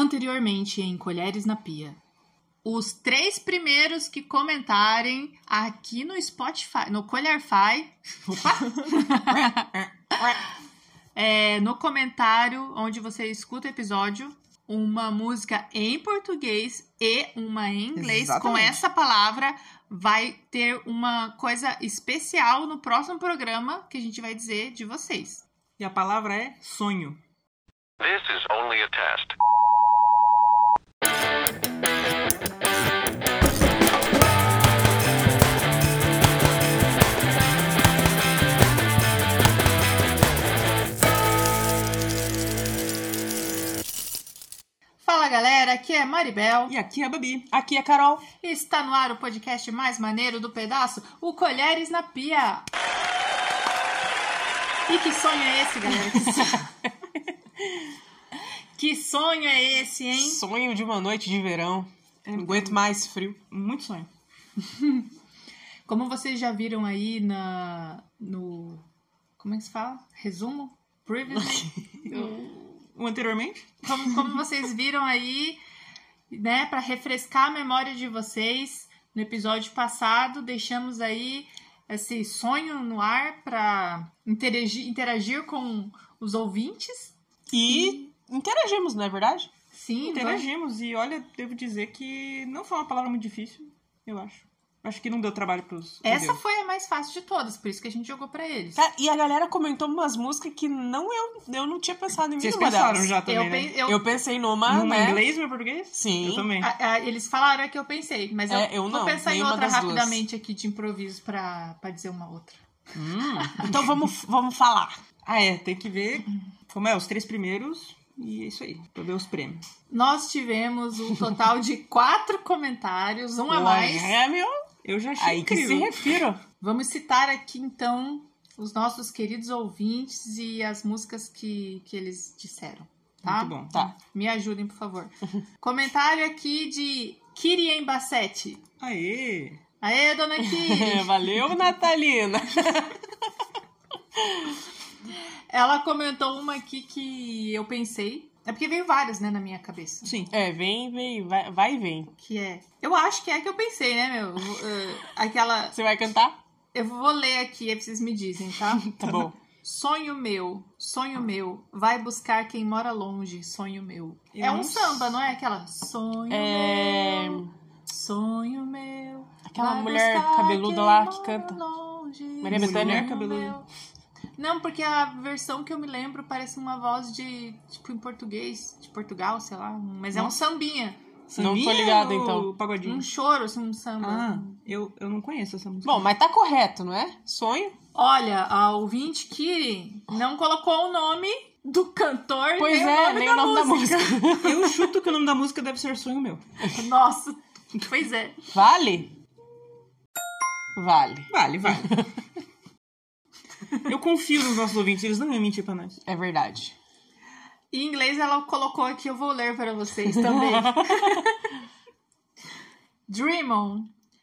Anteriormente em Colheres na Pia. Os 3 primeiros que comentarem aqui no Spotify, no Colherfy, no comentário onde você escuta o episódio, uma música em português e uma em inglês. Exatamente. Com essa palavra, vai ter uma coisa especial no próximo programa que a gente vai dizer de vocês. E a palavra é sonho. This is only a test. Fala galera, aqui é Maribel. E aqui é a Babi. Aqui é a Carol. E está no ar o podcast mais maneiro do pedaço, o Colheres na Pia. E que sonho é esse, galera? Que sonho é esse, hein? Sonho de uma noite de verão. Não aguento mais frio. Muito sonho. Como vocês já viram aí no... Como é que se fala? Resumo? Previously? Anteriormente? Como vocês viram aí, né, para refrescar a memória de vocês, no episódio passado, deixamos aí esse sonho no ar para interagir com os ouvintes. E interagimos, não é verdade? Sim, interagimos. E olha, devo dizer que não foi uma palavra muito difícil, eu acho. Acho que não deu trabalho pros... Essa foi a mais fácil de todas, por isso que a gente jogou pra eles. E a galera comentou umas músicas que eu não tinha pensado em nenhuma delas. Vocês pensaram já também, né? Eu pensei numa, né? Inglês ou em português? Sim. Eu também. Eles falaram que eu pensei, mas eu não, vou pensar em outra rapidamente duas. Aqui de improviso pra dizer uma outra. Então vamos falar. Tem que ver como os 3 primeiros e é isso aí, pra ver os prêmios. Nós tivemos um total de 4 comentários, um a mais. Eu já achei incrível. Que se refiro. Vamos citar aqui, então, os nossos queridos ouvintes e as músicas que eles disseram, tá? Muito bom. Tá. Me ajudem, por favor. Comentário aqui de Kiri Embacete. Aê, dona Kiri! Valeu, Natalina! Ela comentou uma aqui que eu pensei... É porque veio várias, né, na minha cabeça. Sim. Vai e vem. Que é... Eu acho que é a que eu pensei, né, meu? Aquela... Você vai cantar? Eu vou ler aqui, aí vocês me dizem, tá? Tá bom. Sonho meu, vai buscar quem mora longe, sonho meu. É um samba, não é? Aquela... Sonho meu... Aquela mulher cabeluda lá que canta. Longe, Maria Bethânia. Cabeluda. Não, porque a versão que eu me lembro parece uma voz de, tipo, em português, de Portugal, sei lá. Mas é um sambinha. Não tô ligada, então. Pagodinho? Um choro, assim, um samba. Eu não conheço essa música. Bom, mas tá correto, não é? Sonho. Olha, a ouvinte Kiri não colocou o nome do cantor, pois nem o nome da música. Eu chuto que o nome da música deve ser Sonho Meu. Nossa, pois é. Vale. Eu confio nos nossos ouvintes, eles não iam mentir pra nós. É verdade. Em inglês ela colocou aqui, eu vou ler para vocês também. Dream on,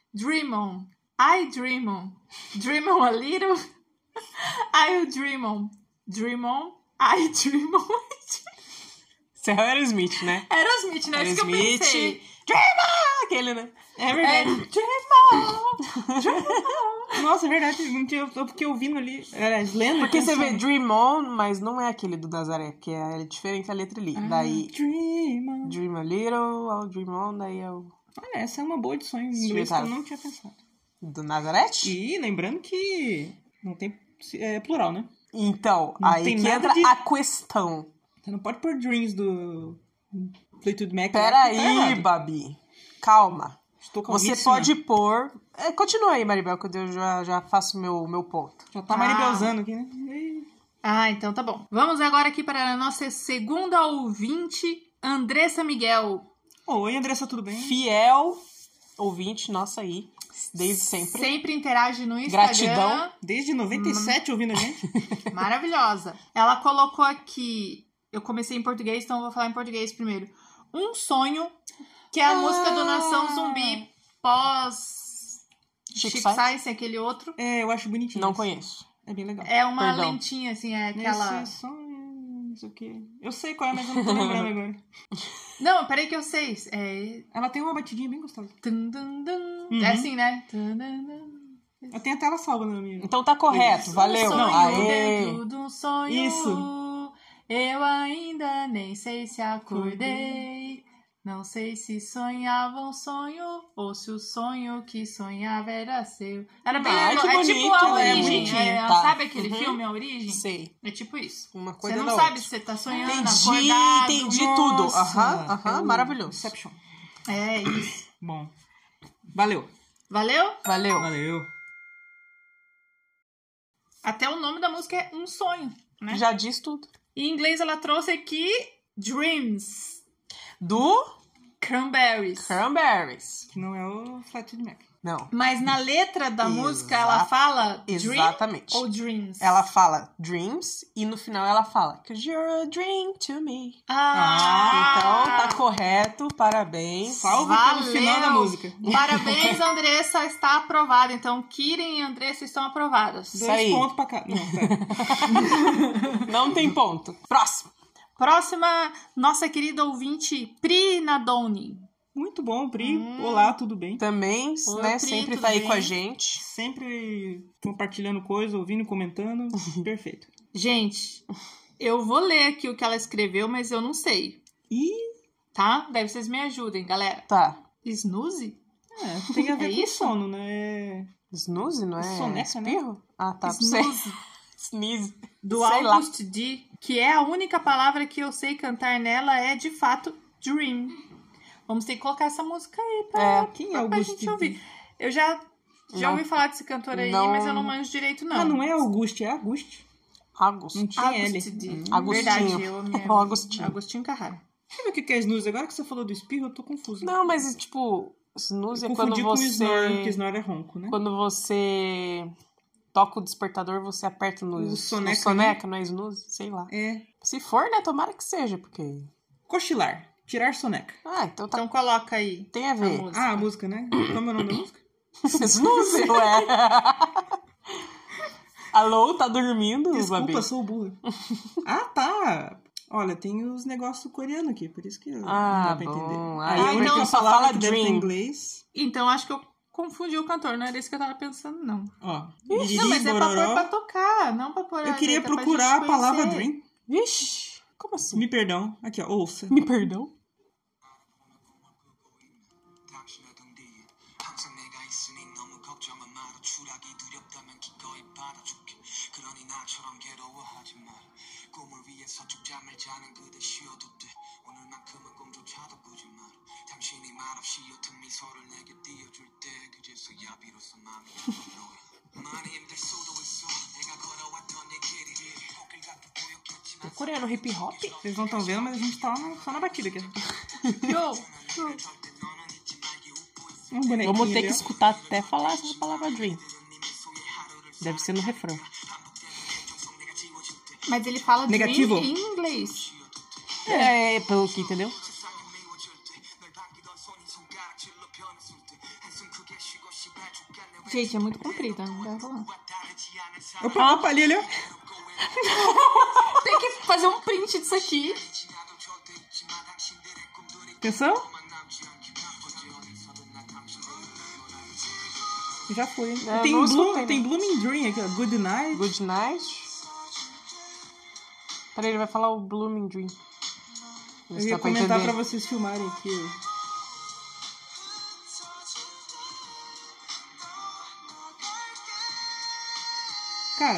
I dream on a little, I'll dream on, I dream on. Isso é Aerosmith, né? Aerosmith, né? Isso que eu pensei. Dream on! Aquele, né? É verdade. Dream on. Nossa, é verdade. Eu fiquei ouvindo ali. Lendo. Porque você vê Dream On, mas não é aquele do Nazaré, que é diferente a letra ali. Daí. Dream a little, I'll dream on, daí eu. Olha, essa é uma boa de sonho em inglês que eu não tinha pensado. Do Nazareth? E lembrando que não tem plural, né? Então, não aí que entra a questão. Você não pode pôr dreams do Fleetwood Mac. Peraí, Babi. Calma. Você calvíssima. pode pôr... continua aí, Maribel, que eu já faço meu ponto. Já tá Maribelzando aqui, né? Então tá bom. Vamos agora aqui para a nossa segunda ouvinte, Andressa Miguel. Oi, Andressa, tudo bem? Fiel ouvinte nossa aí, desde sempre. Sempre interage no Instagram. Gratidão. Desde 97 ouvindo a gente. Maravilhosa. Ela colocou aqui... Eu comecei em português, então eu vou falar em português primeiro. Um sonho... Que é a música do Nação Zumbi pós Chico Science, aquele outro. Eu acho bonitinho. Não conheço. É bem legal. É uma lentinha, assim, é aquela... Nesse sonho, não sei o quê. Eu sei qual é, mas eu não tô lembrando agora. Não, peraí que eu sei. Ela tem uma batidinha bem gostosa. Tum, tum, tum. É assim, né? Tum, tum, tum. Eu tenho até ela salva na minha. Então tá correto, valeu. Um sonho Aê. dentro de um sonho. Isso. Eu ainda nem sei se acordei. Não sei se sonhava um sonho ou se o sonho que sonhava era seu. Era bem Ai, que é bonito, tipo a né? origem. Bonitinho, tá. Sabe aquele filme, A Origem? Sei. É tipo isso. Uma Você coisa não da sabe outra. se você tá sonhando, Entendi, acordado. entendi tudo. Nossa, é o Maravilhoso. Inception. É isso. Bom. Valeu. Valeu? Valeu. Valeu. Até o nome da música é Um Sonho, né? Já diz tudo. Em inglês ela trouxe aqui Dreams. Do Cranberries. Cranberries. Que não é o Fleetwood Mac. Não. Mas na letra da música ela fala Exatamente. Dream ou Dreams? Ela fala dreams e no final ela fala 'Cause you're a dream to me. Ah! Então tá correto, parabéns. Salve pelo final da música. Parabéns, Andressa, está aprovada. Então, Kiren e Andressa estão aprovadas. Isso 2 aí. pontos pra cá. Não, pera. Não tem ponto. Próximo. Próxima, nossa querida ouvinte, Pri Nadoni. Muito bom, Pri. Olá, tudo bem? Também, Oi, né, Pri, sempre tudo tá aí bem? com a gente. Sempre compartilhando coisa, ouvindo, comentando. Perfeito. Gente, eu vou ler aqui o que ela escreveu, mas eu não sei, E tá? Daí vocês me ajudem, galera. Tá. Snooze? tem a ver É com isso? sono, né? Snooze, não é? Soneca, né? Espirro? Ah, tá. Sei. Snooze. Sneeze. Do Sei lá. August D, que é a única palavra que eu sei cantar nela é, de fato, Dream. Vamos ter que colocar essa música aí pra, Quem é pra August gente D? ouvir. Eu já Não. ouvi falar desse cantor aí, Não. mas eu não manjo direito, não. Ah, não é Augusto, é Augusto. Augusto. Não tinha L. August D. Agostinho. Verdade, eu me... O Agostinho. Agostinho Carrara. Deixa eu ver o que é snooze. Agora que você falou do espirro, eu tô confuso. Não, mas tipo, snooze é quando Confundi com você... snore, porque snore é ronco, né? Quando você toca o despertador, você aperta no O soneca, soneca, não é snooze? Sei lá. É Se for, né? Tomara que seja, porque... cochilar, tirar soneca. Ah, então tá... Então coloca aí. Tem a ver. música. Ah, a música, né? Como é o nome da música? Snooze, ué. Alô, tá dormindo, Babi? Desculpa, sou burra. Ah, tá. Olha, tem os negócios coreanos aqui, por isso que não dá pra entender. Aí a única então só palavra fala que deve ter em dream. inglês. Então, acho que eu confundi o cantor, não era isso que eu tava pensando, não. Ó, Não, mas é pra pôr bororó. pra tocar, não pra pôr a Eu queria letra pra procurar a gente palavra conhecer. dream. Vixe, como assim? Me perdão. Aqui, ó, ouça. Me perdão? 당신의 등 뒤에 항상 내가 있으니 너무 걱정은 마라 추락이 두렵다면 기꺼이 받아줄게 그러니 나처럼 괴로워하지 마라 꿈을 위해서 쭉 잠을 자는 그대 쉬어도 돼 오늘만큼은 꿈조차도 꾸지 마라 당신이 말없이 옅은 미소를 내게 띄워줄 때 그제서야 비로소 마음이 너야 많이 힘들 수도 있어 내가 걸어왔던 이 길이 꽃길 같아 보였겠지만 Coreano hip hop? Vocês não estão vendo, mas a gente tá só na batida aqui. Um bonequinho Vamos ter ali, que ó. escutar até falar essa palavra dream. Deve ser no refrão. Mas ele fala Negativo. dream em inglês. É, pelo que entendeu? Gente, é muito comprida, não dá pra falar. Opa, ali, ó. Tem que fazer um print disso aqui. Atenção. Já foi, hein? É, tem, não escutei, né? tem Blooming Dream aqui, ó. Good Night. Good night. Peraí, ele vai falar o Blooming Dream. Eu ia comentar pra vocês filmarem aqui. Cara.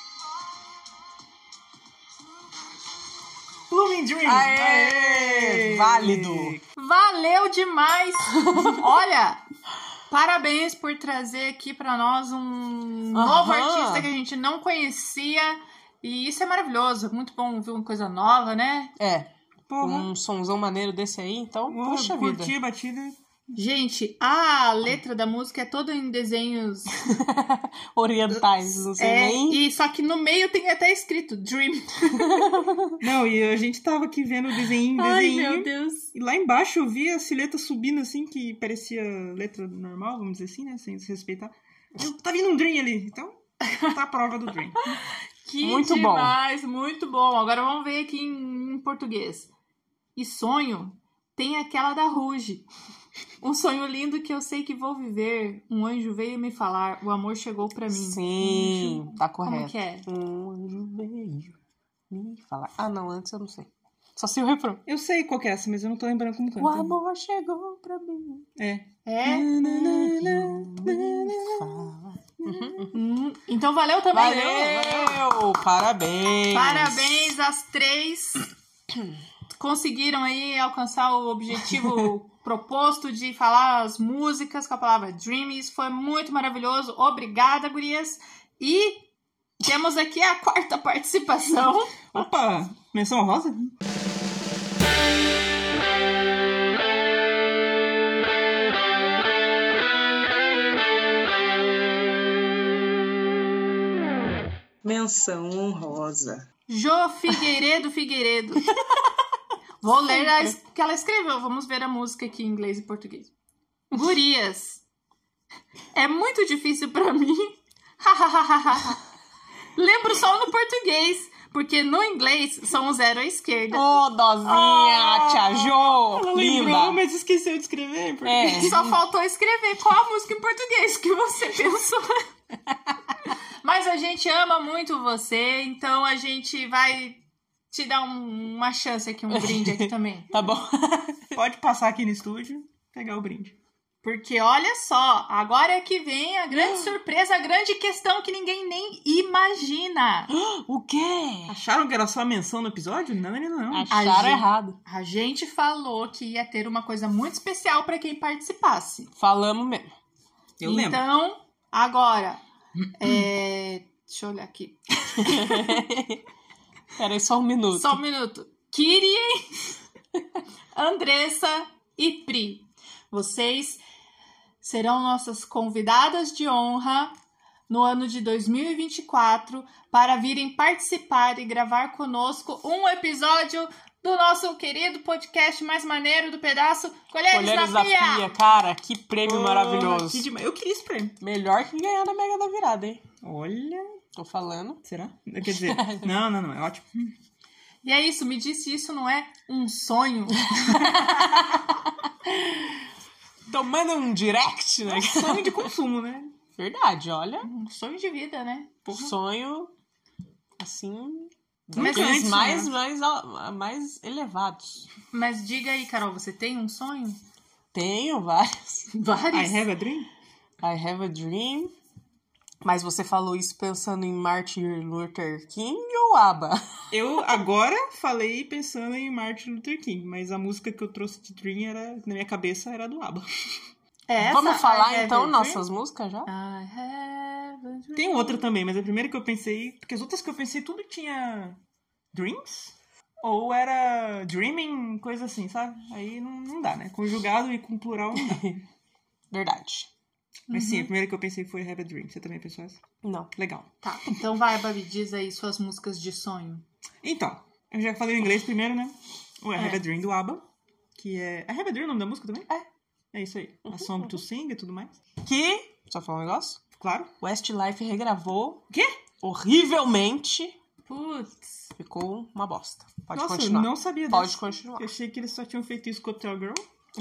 Blooming Dream. Aê! Válido. Valeu demais! Olha, parabéns por trazer aqui pra nós um novo artista que a gente não conhecia. E isso é maravilhoso, muito bom ver uma coisa nova, né? É. Porra. Um sonzão maneiro desse aí, então, puxa vida. Curti a batida. Gente, a letra da música é toda em desenhos. Orientais, não sei nem. E só que no meio tem até escrito Dream. Não, e a gente tava aqui vendo o desenho. Ai, meu Deus. E lá embaixo eu vi a silhueta subindo assim, que parecia letra normal, vamos dizer assim, né? Sem se respeitar. Tá vindo um Dream ali, então tá a prova do Dream. Que Muito demais, muito bom. Agora vamos ver aqui em português. E sonho tem aquela da Ruge. Um sonho lindo que eu sei que vou viver. Um anjo veio me falar. O amor chegou pra mim. Sim, tá correto. Como que é? Um anjo veio me falar. Ah, não, antes eu não sei. Só sei o refrão. Eu sei qual que é essa, mas eu não tô lembrando como canta. O amor chegou pra mim. É. É? Fala. Então valeu também. Valeu! Parabéns! Parabéns às 3. Conseguiram aí alcançar o objetivo proposto de falar as músicas com a palavra Dream. Isso foi muito maravilhoso. Obrigada, gurias. E temos aqui a 4ª participação. Opa! Menção rosa? Menção honrosa. Jô Figueiredo. Vou ler o que ela escreveu. Vamos ver a música aqui em inglês e português. Gurias. É muito difícil pra mim. Lembro só no português, porque no inglês são um 0 à esquerda. Ô, dozinha, tia Jo! Ela Linda! lembrou, mas esqueceu de escrever. É. Só faltou escrever qual a música em português que você pensou. Mas a gente ama muito você, então a gente vai te dar uma chance aqui, um brinde aqui também. Tá bom. Pode passar aqui no estúdio, pegar o brinde. Porque olha só, agora é que vem a grande surpresa, a grande questão que ninguém nem imagina. O quê? Acharam que era só a menção no episódio? Não. Acharam errado. A gente falou que ia ter uma coisa muito especial pra quem participasse. Falamos mesmo. Eu lembro. Então, agora, deixa eu olhar aqui. Peraí, só um minuto. Só um minuto. Kirien, Andressa e Pri. Vocês serão nossas convidadas de honra no ano de 2024 para virem participar e gravar conosco um episódio do nosso querido podcast mais maneiro do pedaço Colheres da Pia. Cara, que prêmio maravilhoso. Que demais. Eu queria esse prêmio. Melhor que ganhar na Mega da Virada, hein? Olha. Tô falando. Será? Quer dizer, não, é ótimo. E é isso, me disse, isso não é um sonho? Então manda um direct, né? Sonho de consumo, né? Verdade, olha. Um sonho de vida, né? Sonho, assim, Mas daqueles antes, mais elevados. Mas diga aí, Carol, você tem um sonho? Tenho vários. Vários? I have a dream? I have a dream. Mas você falou isso pensando em Martin Luther King ou ABBA? Eu agora falei pensando em Martin Luther King, mas a música que eu trouxe de Dream era, na minha cabeça era do ABBA. Essa, Vamos falar I have então a nossas músicas já? I have a dream. Tem outra também, mas a primeira que eu pensei... Porque as outras que eu pensei tudo tinha Dreams? Ou era Dreaming, coisa assim, sabe? Aí não dá, né? Conjugado e com plural não dá. Verdade. Mas sim, a primeira que eu pensei foi Have a Dream. Você também pensou essa? Não. Legal. Tá, então vai, Babi, diz aí suas músicas de sonho. Então, eu já falei o inglês primeiro, né? O I Have a Dream do ABBA. Que é... I Have a Dream é o nome da música também? É isso aí. A Song to Sing e tudo mais. Que, só falar um negócio, Claro. Westlife regravou Quê? horrivelmente. Putz. Ficou uma bosta. Pode Nossa, continuar. eu não sabia Pode dessa. continuar. Eu achei que eles só tinham feito isso com Hotel Girl.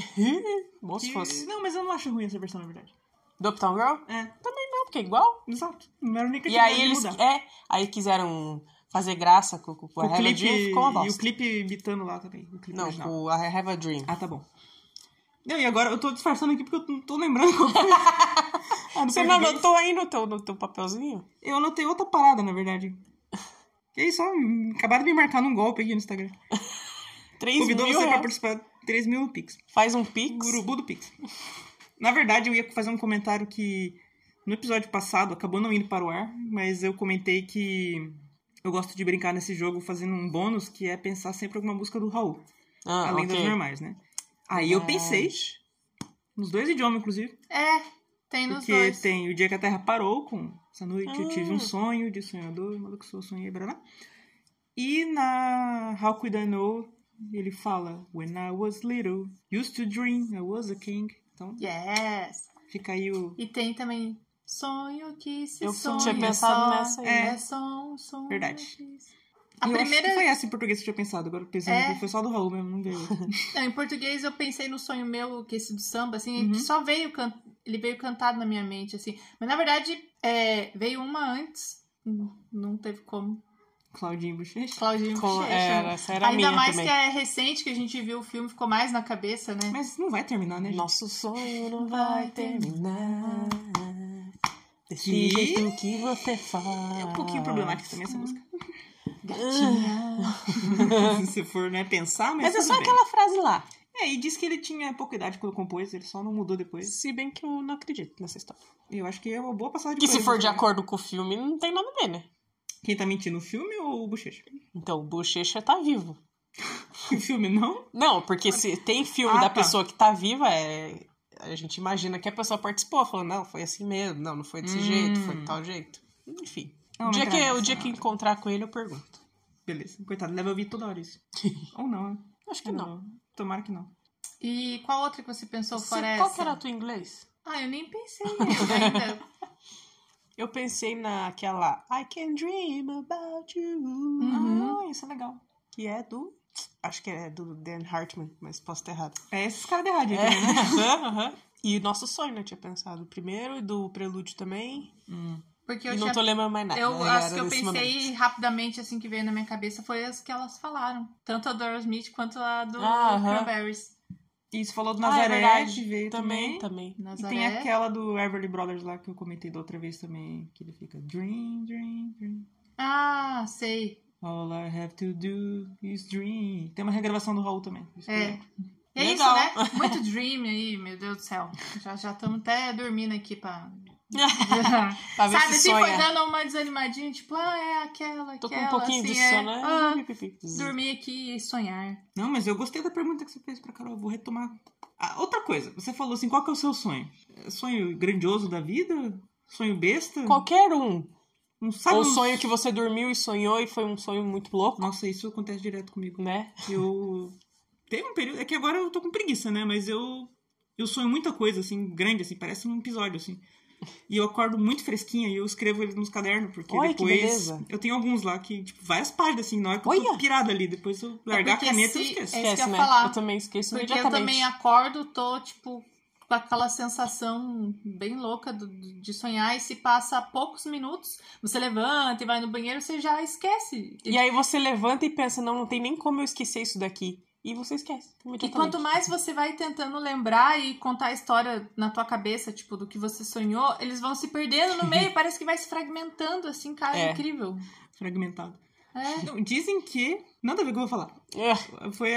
Bom se fosse. Não, mas eu não acho ruim essa versão, na verdade. Do Uptown Girl? É, Também não, porque é igual. exato. Não era a única E que aí podia eles mudar. aí quiseram fazer graça com a Have a Dream, ficou uma E bosta. o clipe imitando lá também. O clipe Não, original. com a Have a Dream. Ah, tá bom. Não, e agora eu tô disfarçando aqui porque eu não tô lembrando qual foi. Você não anotou aí no teu papelzinho? Eu anotei outra parada, na verdade. Que aí só acabaram de me marcar num golpe aqui no Instagram. 3 Convidou mil você pra reais. participar. 3 mil no Pix. Faz um pix. O urubu do Pix. Na verdade, eu ia fazer um comentário que no episódio passado acabou não indo para o ar, mas eu comentei que eu gosto de brincar nesse jogo fazendo um bônus que é pensar sempre alguma música do Raul. Além das normais, né? Aí eu pensei, nos dois idiomas, inclusive. Tem nos Porque dois. tem O Dia que a Terra Parou, com Essa Noite Eu Tive um Sonho, de sonhador, maluco sou, sonhei, blá. E na How Could I Know, ele fala When I was little, used to dream, I was a king. Então, Yes. fica aí o... E tem também Sonho que se Eu sonha tinha pensado só. nessa aí. É só um sonho. Verdade. que se- A eu primeira... acho que foi essa em português que eu tinha pensado. Agora pensando que foi só do Raul mesmo, não veio. Não, em português eu pensei no sonho meu, que esse do samba, assim, só veio... Ele veio cantado na minha mente, assim. Mas, na verdade, veio uma antes. Não teve como. Claudinho Bochecha. Claudinho Bochecha. Essa era a Ainda minha mais também. que é recente, que a gente viu o filme, ficou mais na cabeça, né? Mas não vai terminar, né, gente? Nosso sonho não vai terminar desse Que? jeito que você faz. É um pouquinho problemática também essa música. Gatinha. Se for, né, pensar, Mas é tudo só bem. aquela frase lá. E diz que ele tinha pouca idade quando compôs, ele só não mudou depois. Se bem que eu não acredito nessa história. Eu acho que é uma boa passagem de Que se coisa, for de né? acordo com o filme, não tem nada a ver, né? Quem tá mentindo, o filme ou o Bochecha? Então, o Bochecha tá vivo. O filme não? Não, porque se tem filme da pessoa que tá viva, a gente imagina que a pessoa participou, falando, não, foi assim mesmo, não foi desse jeito, foi de tal jeito. Enfim. Não, O dia que encontrar com ele, eu pergunto. Beleza, coitado, deve ouvir toda hora isso. Ou não, né? Acho que não. Tomara que não. E qual outra que você pensou fora essa? Qual que era a tua inglês? Eu nem pensei nele ainda. Eu pensei naquela I Can Dream About You. Isso é legal. Que é do... Acho que é do Dan Hartman, mas posso estar errado. É esses caras de rádio, né? E o Nosso Sonho, eu tinha pensado. O primeiro e do Prelúdio também. Porque E não tô lembrando mais nada. As que eu pensei rapidamente, assim, que veio na minha cabeça, foi as que elas falaram. Tanto a do Aerosmith quanto a do Cranberries. E você falou do é Nazaré, verdade. que veio também. Também. Nazaré. E tem aquela do Everly Brothers lá, que eu comentei da outra vez também, que ele fica Dream, Dream, Dream. Ah, sei. All I have to do is dream. Tem uma regravação do Raul também. Isso É. E é Legal. isso, né? Muito dream aí, meu Deus do céu. Já estamos até dormindo aqui pra... Pra ver Sabe, se assim, foi sonha. dando uma desanimadinha, tipo, é aquela, Tô com um pouquinho assim, de sono, né? Dormir aqui e sonhar. Não, mas eu gostei da pergunta que você fez pra Carol. Eu vou retomar. Outra coisa, você falou assim, qual que é o seu sonho? É sonho grandioso da vida? Sonho besta? Qualquer um. Não sabe Ou sonho que você dormiu e sonhou e foi um sonho muito louco, Nossa, isso acontece direto comigo. né? Eu... Teve um período... É que agora eu tô com preguiça, né? Mas eu sonho muita coisa, assim, grande, assim. Parece um episódio, assim. E eu acordo muito fresquinha e eu escrevo eles nos cadernos, porque Olha, que depois... beleza. Eu tenho alguns lá que, tipo, várias páginas, assim, na hora que eu tô Olha. pirada ali. Depois eu largar a porque caneta e eu se- esqueço. É isso que eu Esquece, ia né? falar. Eu também esqueço Porque eu imediatamente. também acordo, tô, tipo, com aquela sensação bem louca de sonhar. E se passa poucos minutos, você levanta e vai no banheiro, você já esquece. E aí você levanta e pensa, não tem nem como eu esquecer isso daqui. E você esquece E imediatamente. quanto mais você vai tentando lembrar e contar a história na tua cabeça, tipo, do que você sonhou, eles vão se perdendo no meio, parece que vai se fragmentando, assim, cara, é incrível. Fragmentado. É. Não, dizem que... Nada a ver com o que eu vou falar. Foi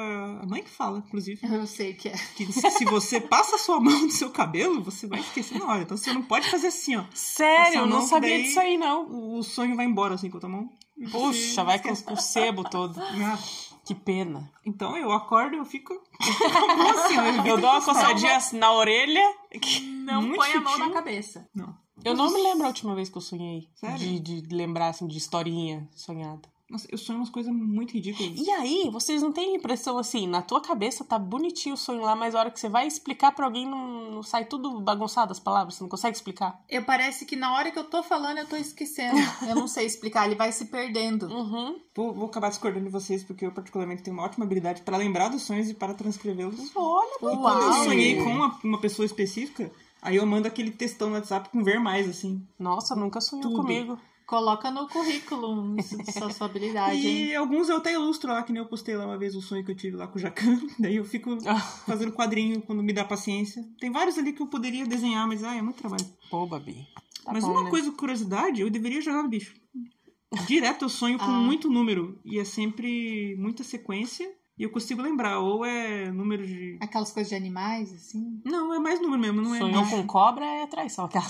a mãe que fala, inclusive. Eu sei que é. Que diz que se você passa a sua mão no seu cabelo, você vai esquecer na hora. Então você não pode fazer assim, ó. Sério, eu não Nossa, sabia daí disso aí, não. O sonho vai embora, assim, com a tua mão. E você Puxa, vai com esquece. o sebo todo. Ah, Que pena. Então eu acordo e eu fico... Como assim? Eu dou uma coçadinha na orelha. Não Muito põe a mão sutil. na cabeça. Não. Eu não me lembro a última vez que eu sonhei. Sério? De lembrar, assim, de historinha sonhada. Nossa, eu sonho umas coisas muito ridículas. E aí, vocês não têm a impressão, assim, na tua cabeça tá bonitinho o sonho lá, mas a hora que você vai explicar pra alguém, não sai tudo bagunçado as palavras, você não consegue explicar? Parece que na hora que eu tô falando, eu tô esquecendo. Eu não sei explicar, ele vai se perdendo. Vou acabar discordando de vocês, porque eu particularmente tenho uma ótima habilidade para lembrar dos sonhos e para transcrevê-los. Olha, Quando eu sonhei com uma pessoa específica, aí eu mando aquele textão no WhatsApp com ver mais, assim. Nossa, nunca sonhou Tudo. comigo. Coloca no currículo sua habilidade, hein? E alguns eu até ilustro lá, que nem eu postei lá uma vez o sonho que eu tive lá com o Jacan. Daí eu fico fazendo quadrinho quando me dá paciência. Tem vários ali que eu poderia desenhar, mas é muito trabalho. Pô, Babi. Tá Mas bom, uma né? coisa, curiosidade, eu deveria jogar no bicho. Direto eu sonho com muito número. E é sempre muita sequência. E eu consigo lembrar. Ou é número de... Aquelas coisas de animais, assim. Não, é mais número mesmo. Não é Sonhou bicho. com cobra é traição, aquela.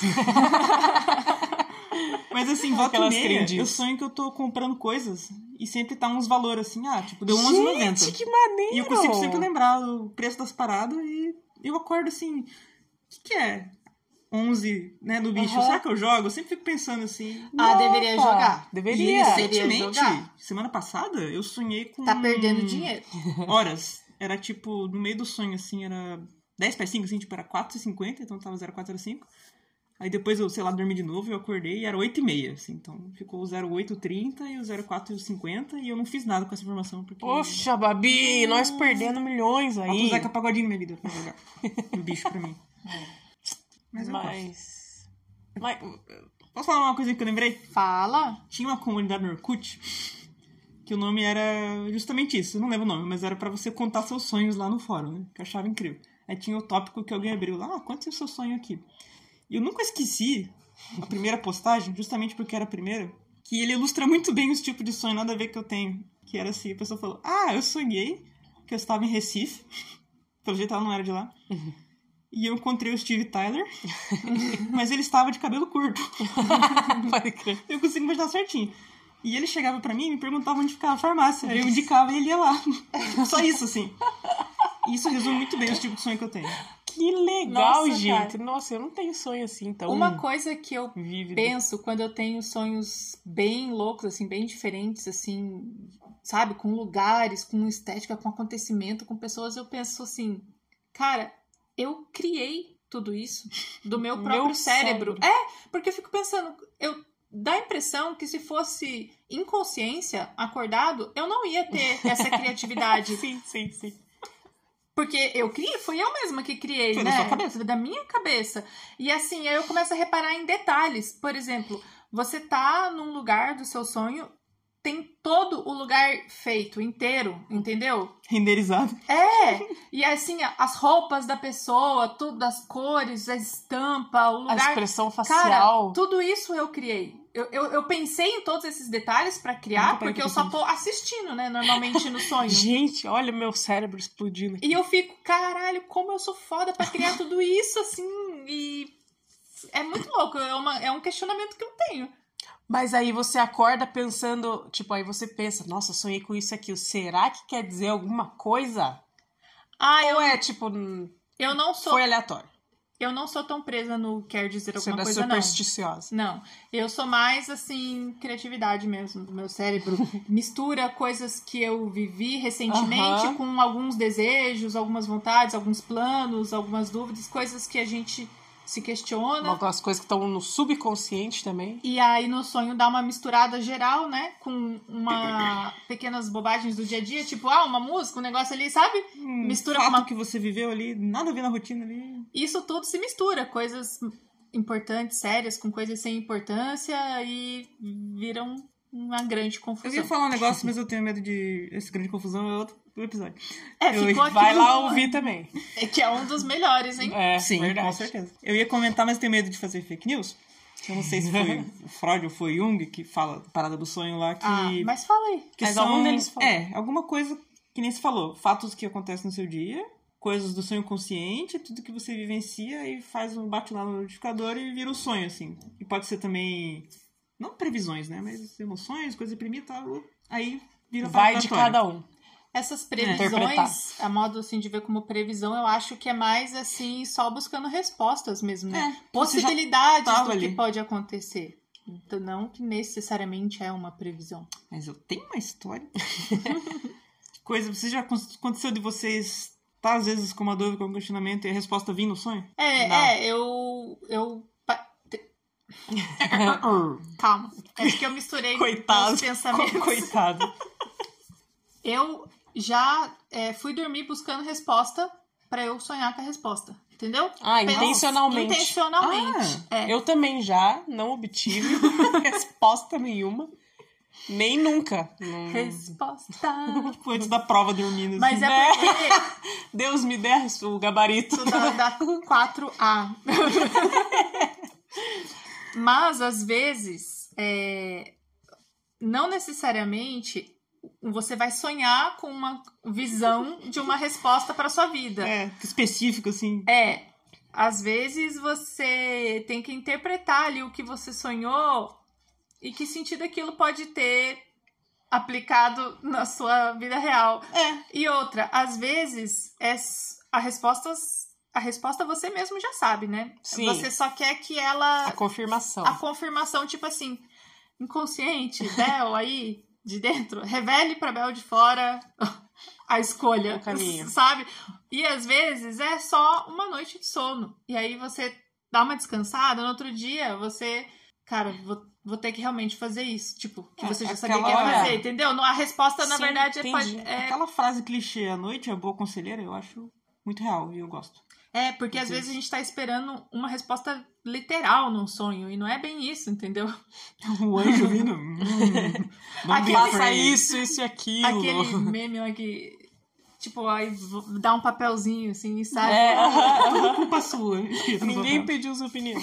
Mas assim, volta e Aquelas meia, crendices. eu sonho que eu tô comprando coisas. E sempre tá uns valores assim. tipo, deu R$11,90. Gente, que maneiro! E eu consigo sempre lembrar o preço das paradas. E eu acordo assim... O que é 11, né, do bicho? Será que eu jogo? Eu sempre fico pensando assim... Deveria jogar. Deveria. E recentemente, jogar. semana passada, eu sonhei com... Tá perdendo dinheiro. Horas. Era tipo, no meio do sonho, assim, era 10 para 5, assim, tipo, era 4,50, então tava 0,4, era 5. Aí depois eu, sei lá, dormi de novo, eu acordei e era 8h30, assim. Então ficou o 08h30 e o 04h50 e eu não fiz nada com essa informação. Porque... Poxa, Babi, nós perdendo milhões aí. Falta o Zeca Pagodinho na minha vida pra jogar. Um bicho pra mim. Mas eu posso. Posso falar uma coisa que eu lembrei? Fala. Tinha uma comunidade no Orkut que o nome era justamente isso. Eu não lembro o nome, mas era pra você contar seus sonhos lá no fórum, né? Que eu achava incrível. Aí tinha o tópico que alguém abriu lá. Conte o seu sonho aqui. E eu nunca esqueci a primeira postagem, justamente porque era a primeira, que ele ilustra muito bem os tipos de sonho, nada a ver que eu tenho. Que era assim, a pessoa falou, eu sonhei que eu estava em Recife. Pelo jeito ela não era de lá. E eu encontrei o Steve Tyler, mas ele estava de cabelo curto. Pode crer. Eu consigo imaginar certinho. E ele chegava pra mim e me perguntava onde ficava a farmácia. Aí eu indicava e ele ia lá. Só isso, assim. E isso resume muito bem os tipos de sonho que eu tenho. Que legal, Nossa, gente. cara. Nossa, eu não tenho sonho assim, então. Uma coisa que eu vívido. penso quando eu tenho sonhos bem loucos, assim, bem diferentes, assim, sabe? Com lugares, com estética, com acontecimento, com pessoas, eu penso assim, cara, eu criei tudo isso do meu próprio cérebro. Porque eu fico pensando, dá a impressão que se fosse inconsciência, acordado, eu não ia ter essa criatividade. Sim. Porque eu criei, fui eu mesma que criei, Foi né? da sua cabeça. Da minha cabeça. E assim, aí eu começo a reparar em detalhes. Por exemplo, você tá num lugar do seu sonho, tem todo o lugar feito, inteiro, entendeu? Renderizado. E assim, as roupas da pessoa, tudo, as cores, a estampa, o lugar... A expressão facial. Cara, tudo isso eu criei. Eu pensei em todos esses detalhes pra criar, porque eu só tô assistindo, né, normalmente no sonho. Gente, olha o meu cérebro explodindo aqui. E eu fico, caralho, como eu sou foda pra criar tudo isso, assim, e... É muito louco, é um questionamento que eu tenho. Mas aí você acorda pensando, tipo, aí você pensa, nossa, sonhei com isso e aquilo. Será que quer dizer alguma coisa? Ou é, tipo, eu não sou... foi aleatório? Eu não sou tão presa no quer dizer alguma Você coisa, é supersticiosa. Não. Eu sou mais, assim, criatividade mesmo do meu cérebro. Mistura coisas que eu vivi recentemente com alguns desejos, algumas vontades, alguns planos, algumas dúvidas, coisas que a gente se questiona. Algumas coisas que estão no subconsciente também. E aí no sonho dá uma misturada geral, né? Com pequenas bobagens do dia a dia, tipo, uma música, um negócio ali, sabe? Mistura fato com uma... que você viveu ali, nada a ver na rotina ali. Isso tudo se mistura, coisas importantes, sérias, com coisas sem importância e viram uma grande confusão. Eu ia falar um negócio, mas eu tenho medo de... Essa grande confusão é outro episódio. Ficou aqui. Vai lá ouvir também. Que é um dos melhores, hein? Sim, verdade. Com certeza. Eu ia comentar, mas tenho medo de fazer fake news. Eu não sei se foi o Freud ou foi Jung que fala a parada do sonho lá que... mas fala aí. Que mas são, algum deles falou. Alguma coisa que nem se falou. Fatos que acontecem no seu dia, coisas do sonho consciente, tudo que você vivencia e bate lá no notificador e vira um sonho, assim. E pode ser também, não previsões, né? Mas emoções, coisa reprimida e tal. Aí vira vai de cada um. Essas previsões, a modo assim de ver como previsão, eu acho que é mais assim, só buscando respostas mesmo, né? Possibilidades do que pode acontecer. Então, não que necessariamente é uma previsão. Mas eu tenho uma história. Coisa, você já aconteceu de vocês estar às vezes com uma dúvida, com um questionamento e a resposta vir no sonho? Calma. Acho que eu misturei os pensamentos. Coitado. Eu já fui dormir buscando resposta pra eu sonhar com a resposta. Entendeu? Intencionalmente. Intencionalmente. Eu também já não obtive resposta nenhuma. Nem nunca. Resposta. Foi antes da prova dormindo. Mas assim. é porque... Deus me dê o gabarito. Da 4A. Mas, às vezes, não necessariamente você vai sonhar com uma visão de uma resposta para sua vida. Específico, assim. Às vezes você tem que interpretar ali o que você sonhou e que sentido aquilo pode ter aplicado na sua vida real. E outra, às vezes a resposta você mesmo já sabe, né? Sim. Você só quer que ela... A confirmação. A confirmação, tipo assim, inconsciente, Bel, aí, de dentro, revele pra Bel de fora a escolha, o caminho. sabe? E às vezes é só uma noite de sono. E aí você dá uma descansada, no outro dia você... Cara, vou ter que realmente fazer isso. Tipo, que você já sabia que ia fazer, entendeu? A resposta, na verdade, é... Aquela frase clichê, a noite é boa conselheira, eu acho muito real e eu gosto. Porque às vezes a gente tá esperando uma resposta literal num sonho, e não é bem isso, entendeu? O anjo vindo... faça isso e aquilo. Aquele meme lá que... Tipo, aí dá um papelzinho, assim, e sai. Tudo culpa sua. Ninguém pediu sua opinião.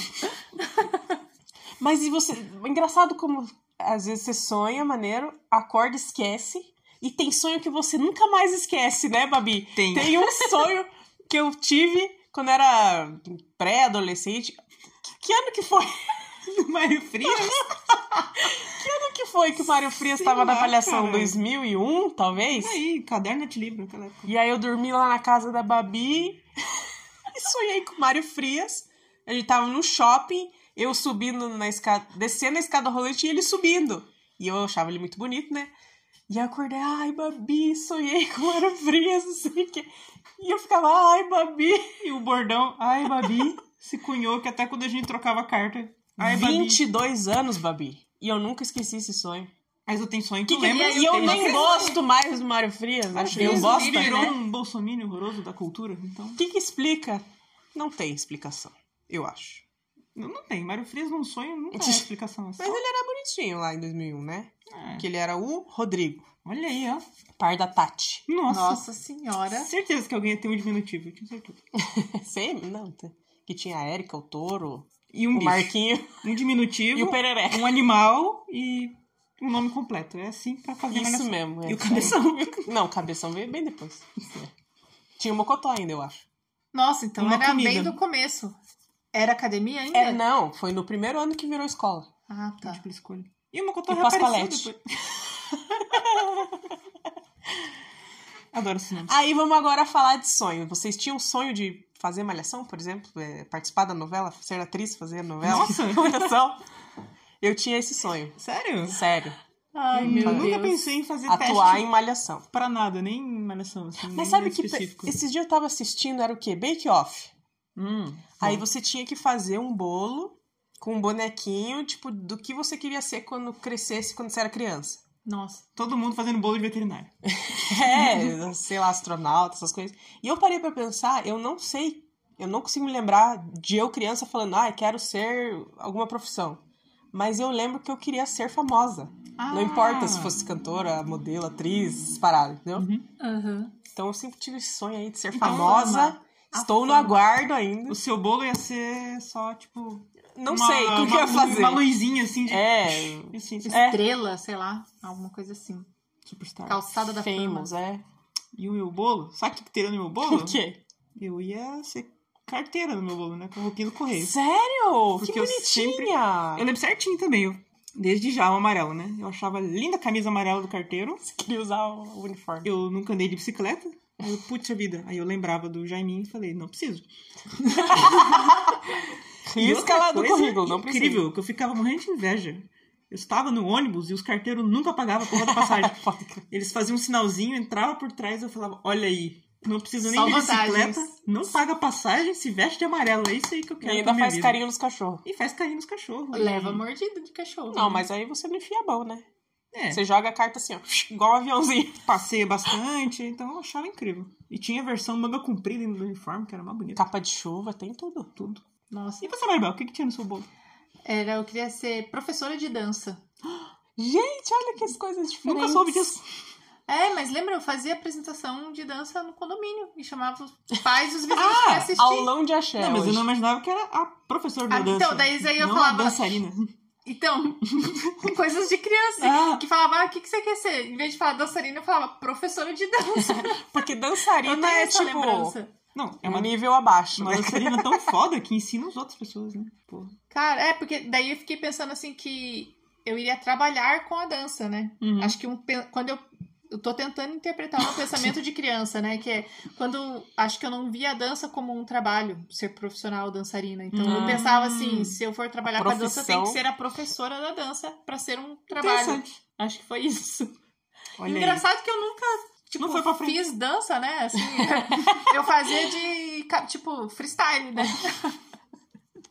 Mas e você... Engraçado como às vezes você sonha, maneiro, acorda, esquece, e tem sonho que você nunca mais esquece, né, Babi? Tem um sonho que eu tive quando era pré-adolescente. Que ano que foi? Do Mário Frias? Que ano que foi que o Mário Frias estava na Palhação? Cara. 2001, talvez? Aí, caderno de livro naquela época. E aí eu dormi lá na casa da Babi e sonhei com o Mário Frias. A gente tava no shopping, eu subindo na escada, descendo a escada rolante e ele subindo. E eu achava ele muito bonito, né? E eu acordei, ai, Babi, sonhei com o Mário Frias, não sei o quê. E eu ficava, ai, Babi. E o bordão, ai, Babi, se cunhou que até quando a gente trocava carta. Ai, 22 anos, Babi. E eu nunca esqueci esse sonho. Mas eu tenho sonho que lembra. E eu nem gosto mais do Mário Frias. Acho que eu gosto, ele virou um bolsominion horroroso da cultura, então... O que explica? Não tem explicação, eu acho. Não tem. Mário Frias num sonho não tem explicação. Mas ele era bonitinho lá em 2001, né? Que ele era o Rodrigo. Olha aí, ó. Par da Tati. Nossa senhora. Certeza que alguém ia ter um diminutivo, eu tinha certeza. Sempre? Não, que tinha a Érica, o touro, e o Marquinho. Um diminutivo. E o Pereré. Um animal e um nome completo. É assim pra fazer isso mesmo. E o Cabeção. Não, o Cabeção veio bem depois. Tinha o Mocotó ainda, eu acho. Nossa, então era bem do começo. Era academia ainda? Não, foi no primeiro ano que virou escola. Ah, tá. Múltipla escolha. E o Mocotó Pascalete. Adoro cinema. Aí vamos agora falar de sonho. Vocês tinham sonho de fazer Malhação, por exemplo? Participar da novela? Ser atriz, fazer a novela? Nossa! Malhação? Eu tinha esse sonho. Sério? Sério. Ai, meu Deus. Nunca pensei em fazer atuar teste em Malhação. Pra nada, nem em Malhação. Assim, mas sabe que esses dias eu tava assistindo, era o quê? Bake Off. Aí você tinha que fazer um bolo com um bonequinho, tipo, do que você queria ser quando crescesse, quando você era criança. Nossa. Todo mundo fazendo bolo de veterinário. Sei lá, astronauta, essas coisas. E eu parei pra pensar, eu não sei, eu não consigo me lembrar de eu criança falando, quero ser alguma profissão. Mas eu lembro que eu queria ser famosa. Não importa se fosse cantora, modelo, atriz, essas paradas, entendeu? Uhum. Então eu sempre tive esse sonho aí de ser famosa. Estou no aguardo ainda. O seu bolo ia ser só, tipo... Não sei, o que eu ia fazer? Uma luzinha, assim, de... Assim, estrela, sei lá, alguma coisa assim. Superstar. Calçada da Famous, fama. E o meu bolo? Sabe o que teria no meu bolo? O quê? Eu ia ser carteira no meu bolo, né? Com a roupinha do correio. Sério? Porque que bonitinha! Eu lembro certinho também, desde já o amarelo, né? Eu achava linda a camisa amarela do carteiro. Você queria usar o uniforme. Eu nunca andei de bicicleta. Aí eu, putz a vida. Aí eu lembrava do Jaiminho e falei, não preciso. Risca lá do currículo, não precisa. Incrível, que eu ficava morrendo de inveja. Eu estava no ônibus e os carteiros nunca pagavam a porra da passagem. Eles faziam um sinalzinho, entrava por trás e eu falava, olha aí, não precisa nem de bicicleta, não paga passagem, se veste de amarelo, é isso aí que eu quero. E ainda faz carinho nos cachorros. E faz carinho nos cachorros. Leva mordida de cachorro. Não, mas aí você não enfia a mão, né? Você joga a carta assim, ó, igual um aviãozinho. Passeia bastante, então eu achava incrível. E tinha a versão manga comprida no uniforme, que era mais bonita. Capa de chuva, tem tudo. Tudo. Nossa. E você, Maribel, o que tinha no seu bolo? Eu queria ser professora de dança. Gente, olha que coisas diferentes. Nunca soube disso. Mas lembra, eu fazia apresentação de dança no condomínio e chamava os pais e os vizinhos pra assistir. Aulão de axé. Não, mas eu não imaginava que era a professora da dança. Então, daí eu não falava... a dançarina. Então, coisas de criança. Que falava, o que você quer ser? Em vez de falar dançarina, eu falava professora de dança. Porque dançarina é tipo... lembrança. Não, é um nível abaixo, uma né? dançarina tão foda que ensina as outras pessoas, né? Porra. Cara, porque daí eu fiquei pensando assim que eu iria trabalhar com a dança, né? Acho que quando eu tô tentando interpretar o meu pensamento de criança, né? Que é quando acho que eu não via a dança como um trabalho, ser profissional dançarina. Então eu pensava assim, se eu for trabalhar com a dança, eu tenho que ser a professora da dança pra ser um trabalho. Acho que foi isso. Olha engraçado aí. que eu nunca não foi pra frente. Fiz dança, né? Assim, eu fazia de, tipo, freestyle, né?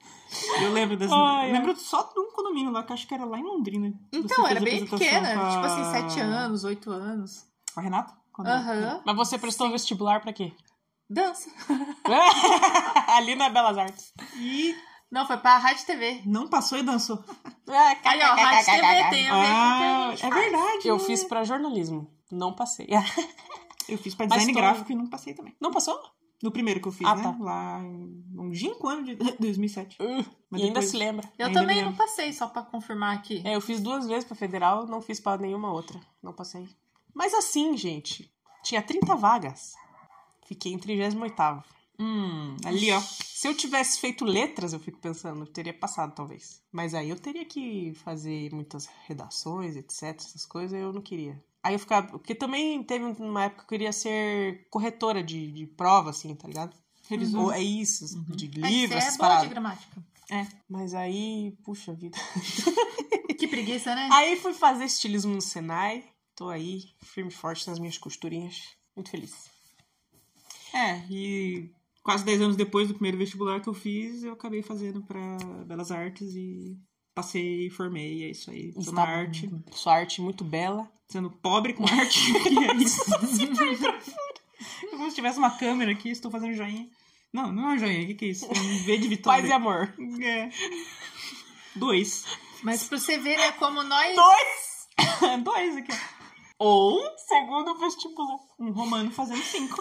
Eu lembro dessa. Ai, eu lembro só de um condomínio lá, que acho que era lá em Londrina. Então, Você era fez bem apresentação pequena. com a- Tipo assim, 7 anos, 8 anos. Com a Renata? Aham. Mas você prestou vestibular pra quê? Dança. Ali na Belas Artes. E Não, foi pra Rádio TV. não passou e dançou. Aí, ó, Rádio TV tem a ver com o que a gente é faz. verdade. Eu né? fiz pra jornalismo. Não passei. Eu fiz pra Mas design tô- gráfico e não passei também. Não passou? No primeiro que eu fiz, Ah, né? tá. Lá em longínquo ano de 2007. Mas E ainda depois- se lembra. Eu Ainda também me não lembro. passei, só pra confirmar aqui. Eu fiz 2 vezes pra federal, não fiz pra nenhuma outra. Não passei. Mas assim, gente, tinha 30 vagas. Fiquei em 38º. Ali, ó. Se eu tivesse feito letras, eu fico pensando, eu teria passado, talvez. Mas aí eu teria que fazer muitas redações, etc, essas coisas, eu não queria. Aí eu ficava... Porque também teve uma época que eu queria ser corretora de prova, assim, tá ligado? Revisor. É isso, de Mas livros, você essas é boa de paradas. gramática. Mas aí, puxa vida. Que preguiça, né? Aí fui fazer estilismo no Senai. Tô aí, firme e forte nas minhas costurinhas. Muito feliz. E quase 10 anos depois do primeiro vestibular que eu fiz, eu acabei fazendo pra Belas Artes e passei e formei. É isso aí. Sou na arte. Sua arte muito bela. Sendo pobre com arte. E é isso. Como se tivesse uma câmera aqui, estou fazendo joinha. Não, não é um joinha. O que é isso? É um V de vitória. Paz e amor. 2. Mas pra você ver, né, como nós... 2 aqui, ó. Ou segundo vestibular. Um romano fazendo 5.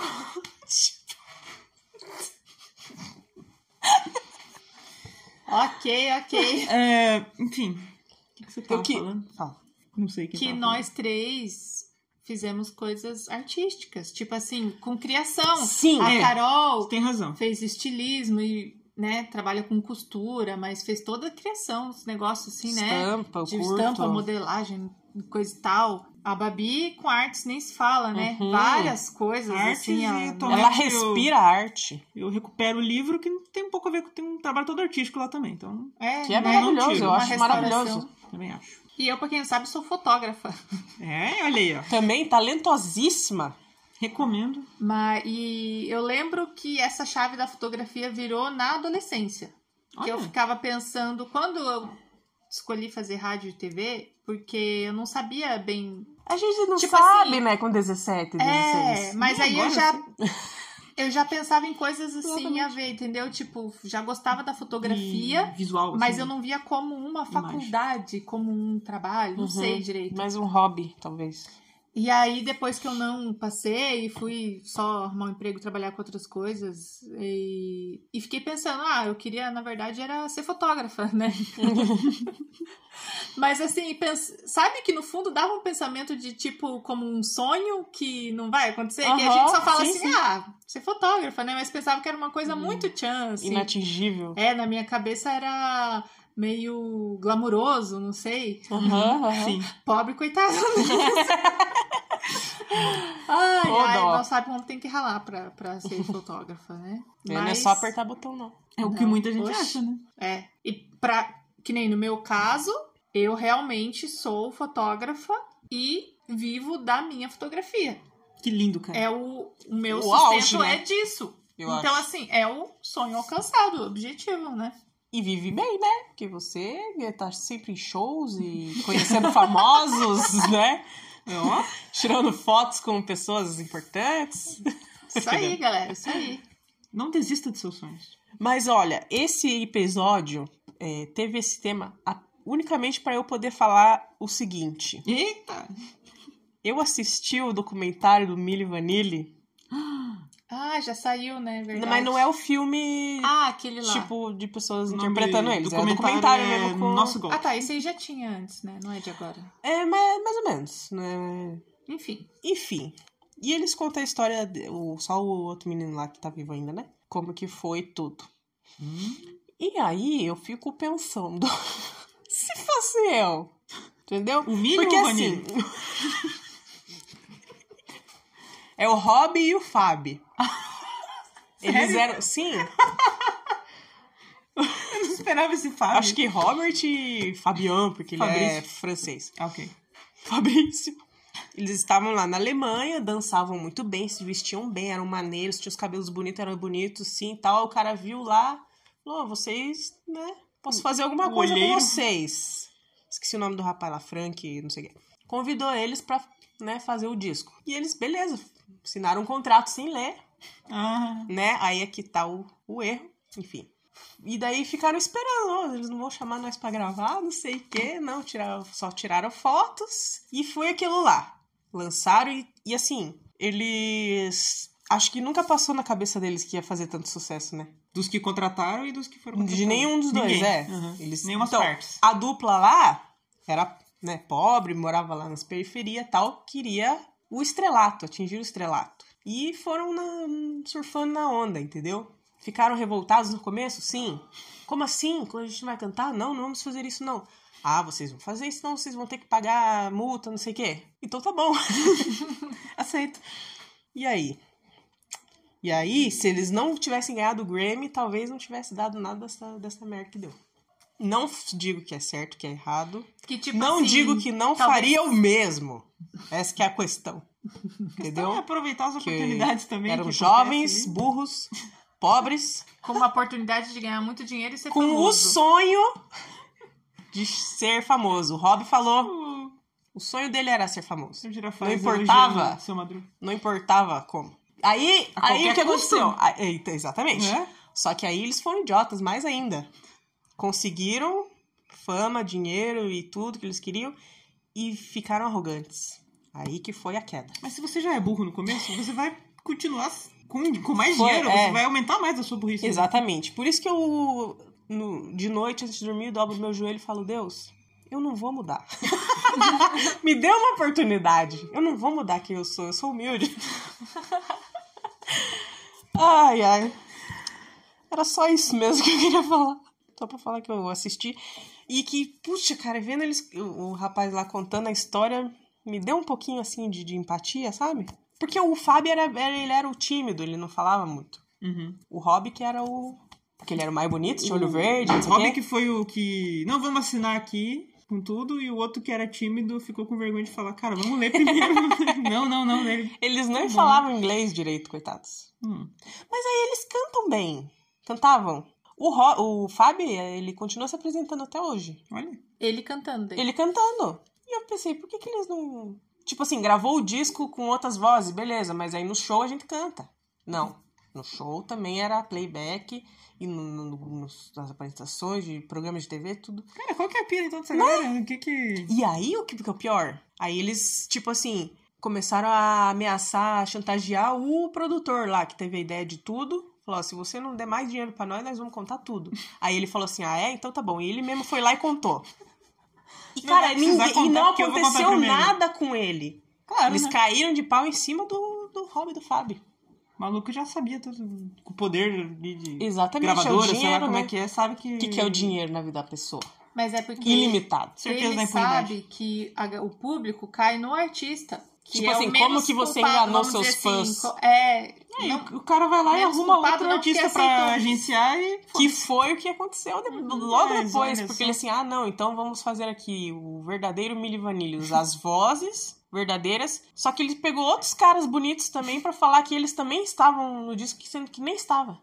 Ok. Enfim. O que você tava falando? Fala. Não sei o que Que tava nós três fizemos coisas artísticas. Tipo assim, com criação. Sim. A É. Carol Você tem razão. fez estilismo e, né, trabalha com costura, mas fez toda a criação, os negócios assim, né? Estampa, De curto. estampa, modelagem, coisa e tal. A Babi com artes nem se fala, né? Uhum. Várias coisas, Artes assim. e a- atualmente Ela respira arte. Eu recupero o livro que tem um pouco a ver com... Tem um trabalho todo artístico lá também. Então, É, Que é né? maravilhoso, tiro. eu Uma acho restauração. maravilhoso. também acho. E eu, pra quem não sabe, sou fotógrafa. Olha aí, ó. Também talentosíssima. Recomendo. E eu lembro que essa chave da fotografia virou na adolescência. Que eu Olha. ficava pensando, quando eu escolhi fazer rádio e TV, porque eu não sabia bem. A gente não Tipo sabe, assim, né, com 17, 16. Mas aí eu agora já pensava em coisas assim Exatamente. a ver, entendeu? Tipo, já gostava da fotografia, E visual. mas assim. eu não via como uma Imagem. faculdade, como um trabalho, não sei direito. Mais um hobby, talvez. E aí, depois que eu não passei e fui só arrumar um emprego, trabalhar com outras coisas, e fiquei pensando, eu queria, na verdade, era ser fotógrafa, né? Mas assim, sabe que no fundo dava um pensamento de tipo, como um sonho que não vai acontecer? Que a gente só fala sim, assim, sim. ser fotógrafa, né? Mas pensava que era uma coisa muito chance. Inatingível. Na minha cabeça era meio glamuroso, não sei. Sim. Pobre, coitado. dó. Não sabe como tem que ralar pra ser fotógrafa, né? Não é só apertar botão, não. É o que Não, muita gente oxe. acha, né? E que nem no meu caso, eu realmente sou fotógrafa e vivo da minha fotografia. Que lindo, cara. O meu O sustento auge, né? é disso. Eu então, acho. assim, é o sonho alcançado, o objetivo, né? E vive bem, né? Porque você tá sempre em shows e conhecendo famosos, né? Tirando fotos com pessoas importantes. Isso aí, galera, isso aí. Não desista de seus sonhos. Mas olha, esse episódio teve esse tema unicamente para eu poder falar o seguinte. Eita! Eu assisti o documentário do Milli Vanilli, Já saiu, né? Verdade. mas não é o filme aquele lá. tipo de pessoas O nome interpretando do eles. É o documentário documentário é mesmo com... Nosso Golpe. Tá, esse aí já tinha antes, né? Não é de agora. É, mais ou menos, né? Enfim. Enfim. E eles contam a história, só o outro menino lá que tá vivo ainda, né? Como que foi tudo. E aí eu fico pensando, se fosse eu, entendeu? O Milli Porque ou o assim, Vanilli? é o Rob e o Fábio. Eles Sério? eram, sim, Eu não esperava esse Fábio. acho que Robert e Fabian, porque ele é Fabrício. francês. Ok. Fabrício. Eles estavam lá na Alemanha, dançavam muito bem, se vestiam bem, eram maneiros, tinham os cabelos bonitos, eram bonitos, sim, e tal. Aí o cara viu lá, falou, vocês, né, posso fazer alguma coisa olheiro. com vocês. Esqueci o nome do rapaz lá, Frank, não sei o quê. Convidou eles pra, né, fazer o disco. E eles, beleza, assinaram um contrato sem ler, né? Aí aqui tá o erro, enfim. E daí ficaram esperando, eles não vão chamar nós pra gravar, não sei o quê. Não, só tiraram fotos e foi aquilo lá. Lançaram e assim, eles... Acho que nunca passou na cabeça deles que ia fazer tanto sucesso, né? Dos que contrataram e dos que foram contratados. De nenhum dos dois, Ninguém. Eles, Nenhumas então, partes. a dupla lá era, né, pobre, morava lá nas periferias e tal, queria o estrelato, atingir o estrelato. E foram surfando na onda, entendeu? Ficaram revoltados no começo? Sim. Como assim? Quando a gente vai cantar? Não vamos fazer isso, não. Ah, vocês vão fazer isso, não, vocês vão ter que pagar multa, não sei o quê. Então tá bom. Aceito. E aí, se eles não tivessem ganhado o Grammy, talvez não tivesse dado nada dessa merda que deu. Não digo que é certo, que é errado. Que, tipo não assim, digo que não talvez... faria o mesmo. Essa que é a questão. Entendeu? Então, aproveitar as oportunidades também. Eram que jovens, acontece, burros, pobres, Com uma oportunidade de ganhar muito dinheiro e ser com famoso. o sonho de ser famoso. O Rob falou, o sonho dele era ser famoso. Seu Girafales Não importava. elogiando Seu Madruga. Não importava como. Aí o que aconteceu? Exatamente. É? Só que aí eles foram idiotas mais ainda. Conseguiram fama, dinheiro e tudo que eles queriam e ficaram arrogantes. Aí que foi a queda. Mas se você já é burro no começo, você vai continuar com mais Foi, dinheiro, você vai aumentar mais a sua burrice. Exatamente. Por isso que eu, de noite, antes de dormir, dobro meu joelho e falo, Deus, eu não vou mudar. Me dê uma oportunidade. Eu não vou mudar quem eu sou humilde. Ai. Era só isso mesmo que eu queria falar. Só pra falar que eu assisti. E que, puxa, cara, vendo eles, o rapaz lá contando a história, me deu um pouquinho, assim, de empatia, sabe? Porque o Fábio, ele era o tímido, ele não falava muito. O Rob que era o... Porque ele era o mais bonito, tinha olho verde, não sei O Rob quê. que foi o que... Não, vamos assinar aqui com tudo. E o outro que era tímido ficou com vergonha de falar, cara, vamos ler primeiro. não. Eles nem falavam inglês direito, coitados. Mas aí eles cantam bem. Cantavam. O Fábio, ele continua se apresentando até hoje. Olha. Ele cantando dele. Ele cantando. E eu pensei, por que eles não... Tipo assim, gravou o disco com outras vozes, beleza. Mas aí no show a gente canta. Não. No show também era playback. E nas apresentações de programas de TV, tudo. Cara, qual que é a pira então dessa galera? O que... E aí, o que é o pior? Aí eles, tipo assim, começaram a ameaçar, chantagear o produtor lá, que teve a ideia de tudo. Falou, se você não der mais dinheiro pra nós vamos contar tudo. Aí ele falou assim, então tá bom. E ele mesmo foi lá e contou. E, cara, não aconteceu nada com ele. Claro, Eles né? caíram de pau em cima do Rob e do Fábio. O maluco já sabia tudo. Com o poder de Exatamente, gravadora, é o dinheiro, sei lá como né? é que é, sabe que... O que é o dinheiro na vida da pessoa? Mas é porque Ilimitado. Certeza da ele impunidade. sabe que o público cai no artista. Que Tipo é assim, o menos como que você culpado, enganou vamos seus dizer fãs? O cara vai lá e menos arruma culpado outro não, artista porque pra aceitou. agenciar e... Que foi o que aconteceu logo Mas depois. olha Porque só. ele assim, não, então vamos fazer aqui o verdadeiro Milli Vanilli, usar as vozes verdadeiras. Só que ele pegou outros caras bonitos também pra falar que eles também estavam no disco, sendo que nem estava.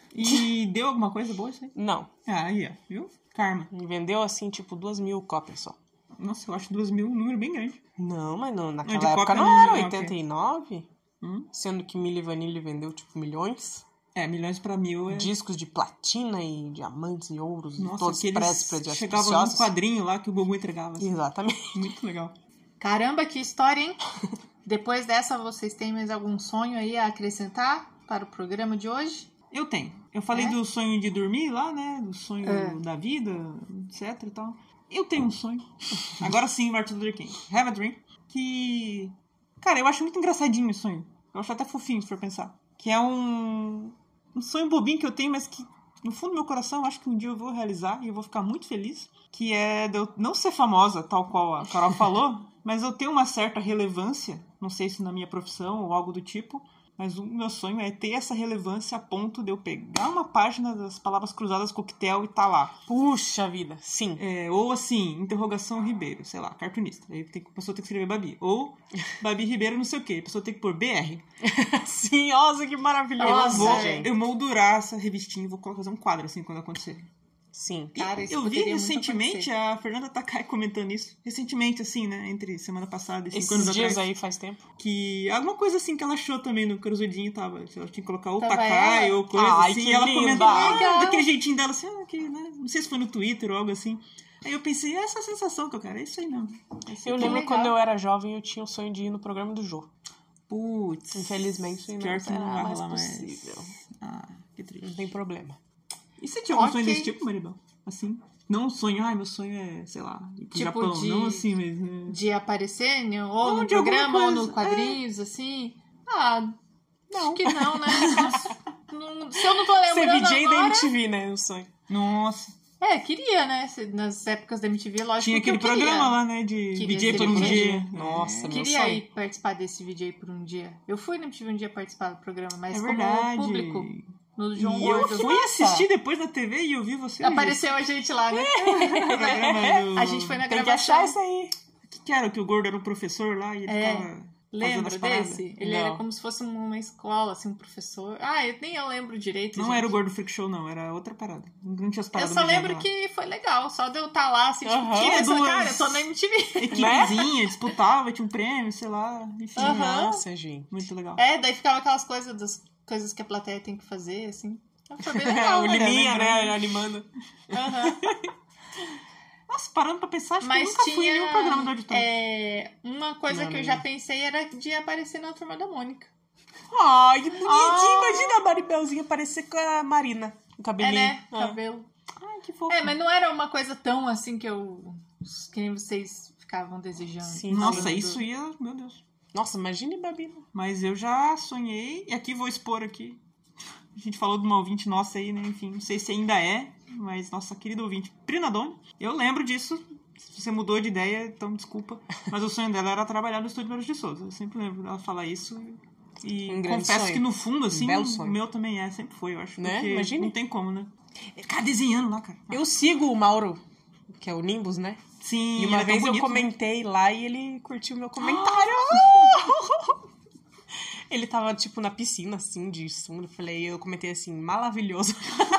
E deu alguma coisa boa isso aí? Não. Aí, ó. Viu? Karma. Ele vendeu assim, tipo, 2.000 cópias só. Nossa, eu acho 2.000 um número bem grande. Não, mas não, De naquela época cópia não não, era ok. 89. Sendo que Milli Vanilli vendeu, tipo, milhões. Milhões pra 1.000 é... Discos de platina e diamantes e ouros. Nossa, todos aqueles prédios chegavam num preciosos. quadrinho lá que o Gugu entregava. Assim. Exatamente. Muito legal. Caramba, que história, hein? Depois dessa, vocês têm mais algum sonho aí a acrescentar para o programa de hoje? Eu tenho. Eu falei do sonho de dormir lá, né? Do sonho da vida, etc e tal. Eu tenho um sonho. Agora sim, Martin Luther King. Have a Dream. Que... Cara, eu acho muito engraçadinho esse sonho. Eu acho até fofinho, se for pensar. Que é um sonho bobinho que eu tenho, mas que no fundo do meu coração eu acho que um dia eu vou realizar e eu vou ficar muito feliz. Que é de eu não ser famosa, tal qual a Carol falou, mas eu tenho uma certa relevância, não sei se na minha profissão ou algo do tipo, mas o meu sonho é ter essa relevância a ponto de eu pegar uma página das Palavras Cruzadas Coquetel e tá lá. Puxa vida, sim. Ou assim, interrogação Ribeiro, sei lá, cartunista. Aí a pessoa tem que escrever Babi. Ou Babi Ribeiro não sei o quê. A pessoa tem que pôr BR. Sim, nossa, que maravilhoso. Nossa, Eu moldurar essa revistinha e vou fazer um quadro assim quando acontecer. Sim. Cara, isso Eu vi poderia muito recentemente acontecer. a Fernanda Takai comentando isso. Recentemente, assim, né? Entre semana passada e 5 anos Esses dias atrás. aí faz tempo. Que alguma coisa assim que ela achou também no Cruzudinho tava. Ela tinha que colocar ou Tava Takai ela? ou coisa Ai, assim. que E ela linda! comentou Legal. daquele jeitinho dela assim, né? Não sei se foi no Twitter ou algo assim. Aí eu pensei, essa sensação que eu quero, é isso aí não. Eu lembro legal. quando eu era jovem, eu tinha o sonho de ir no programa do Jô. Putz. Infelizmente, não pior que não será vai mais rolar possível. mais. Ah, que triste. Não tem problema. E você tinha algum Ok. sonho desse tipo, Maribel? Assim? Não um sonho, meu sonho é, sei lá, ir pro Tipo Japão. de- Não assim, mas... De aparecer ou Não, no de alguma programa ou coisa, no quadrinhos, assim. Ah, acho que não, né? Se eu não tô Ser lembrando VJ da agora... MTV, né? O sonho. Nossa. Queria, né? Nas épocas da MTV, lógico Tinha que aquele eu queria. programa lá, né? De Queria VJ ser por um VJ. dia. Nossa, meu Queria sonho. ir participar desse VJ por um dia. Eu fui na MTV um dia participar do programa, mas É como verdade. público, no João E eu Gordo. fui assistir depois na TV e eu vi você. Apareceu a gente lá, né? A gente foi na Tem que gravação. achar isso aí. O que era? Que o gordo era um professor lá e ele ficava... Lembra fazendo as paradas? desse? Ele Não. era como se fosse uma escola, assim, um professor. Nem eu lembro direito. Não gente. era o Gordo Freak Show, não. Era outra parada. Não tinha as Eu paradas só mijadas lembro lá. que foi legal. Só de eu estar lá, assim, tipo, Aham. tinha essa Duas- cara, eu tô na MTV. Equipezinha, disputava, tinha um prêmio, sei lá. Enfim, Aham. Nossa, gente. muito legal. Daí ficava aquelas coisas das coisas que a plateia tem que fazer, assim. Foi bem legal, o né? Liminha, lembrando. né? Animando. Aham. Nossa, parando pra pensar, acho que eu Mas nunca fui em tinha nenhum programa do auditório. uma coisa Não, que eu não. já pensei era de aparecer na Turma da Mônica. Ai, que bonitinho. Imagina a Maribelzinha parecer com a Marina. O cabelinho. né? É. Cabelo. Ai, que fofo. Mas não era uma coisa tão assim que nem vocês ficavam desejando. Sim, Nossa, sim. isso ia... Meu Deus. Nossa, imagine Babina. Mas eu já sonhei, e aqui vou expor aqui. A gente falou de uma ouvinte nossa aí, né? Enfim, não sei se ainda é, mas nossa querida ouvinte, Prinadone. Eu lembro disso. Se você mudou de ideia, então desculpa. Mas o sonho dela era trabalhar no estúdio Maurício de Souza. Eu sempre lembro dela falar isso. E Um grande confesso sonho. que no fundo, assim, belo o sonho. meu também sempre foi, eu acho. Né? Porque Imagine. não tem como, né? Ele fica desenhando lá, cara. Eu sigo o Mauro, que é o Nimbus, né? Sim, E uma ele é tão vez eu bonito, né? comentei lá e ele curtiu meu comentário. Ele tava, tipo, na piscina, assim, de sumo. Eu comentei assim, maravilhoso.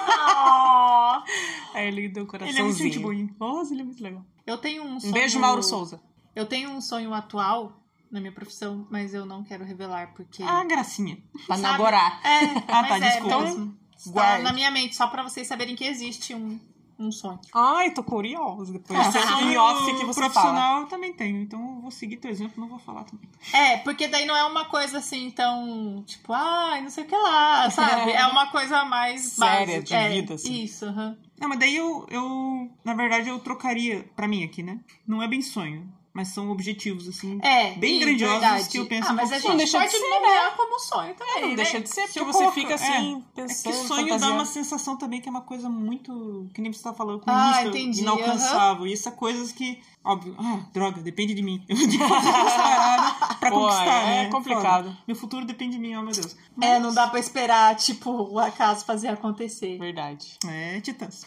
Aí ele deu um coraçãozinho. Ele é muito gente boa, hein? Nossa, ele é muito legal. Eu tenho um sonho... Um beijo, Mauro Souza. Eu tenho um sonho atual na minha profissão, mas eu não quero revelar, porque... Ah, gracinha. Pra Sabe? namorar. Ah, Mas tá, desculpa. mesmo. Está guarde. na minha mente, só pra vocês saberem que existe um sonho. Ai, tô curiosa. Depois Ah, você em sonho off que você profissional fala. eu também tenho, então eu vou seguir teu exemplo, não vou falar também. Porque daí não é uma coisa assim tão, tipo, não sei o que lá, sabe? É uma coisa mais Séria, básica. de vida, assim. Isso, aham. Não, mas daí na verdade, eu trocaria pra mim aqui, né? Não é bem sonho, mas são objetivos, assim, bem grandiosos verdade. que eu penso mas um a pouco gente só. Não pode deixa de ser, nomear como sonho também, Não né? deixa de ser, Se porque eu você coloco- fica assim, É pensando, que sonho dá fantasiando. uma sensação também que é uma coisa muito, que nem você tá falando, com Entendi, inalcançável. E isso é coisas que, óbvio, droga, depende de mim. Eu tenho que fazer essa parada pra Pô, conquistar, é né? complicado. Foda. Meu futuro depende de mim, oh meu Deus. Não dá pra esperar, tipo, o acaso fazer acontecer. Verdade. É, Titãs.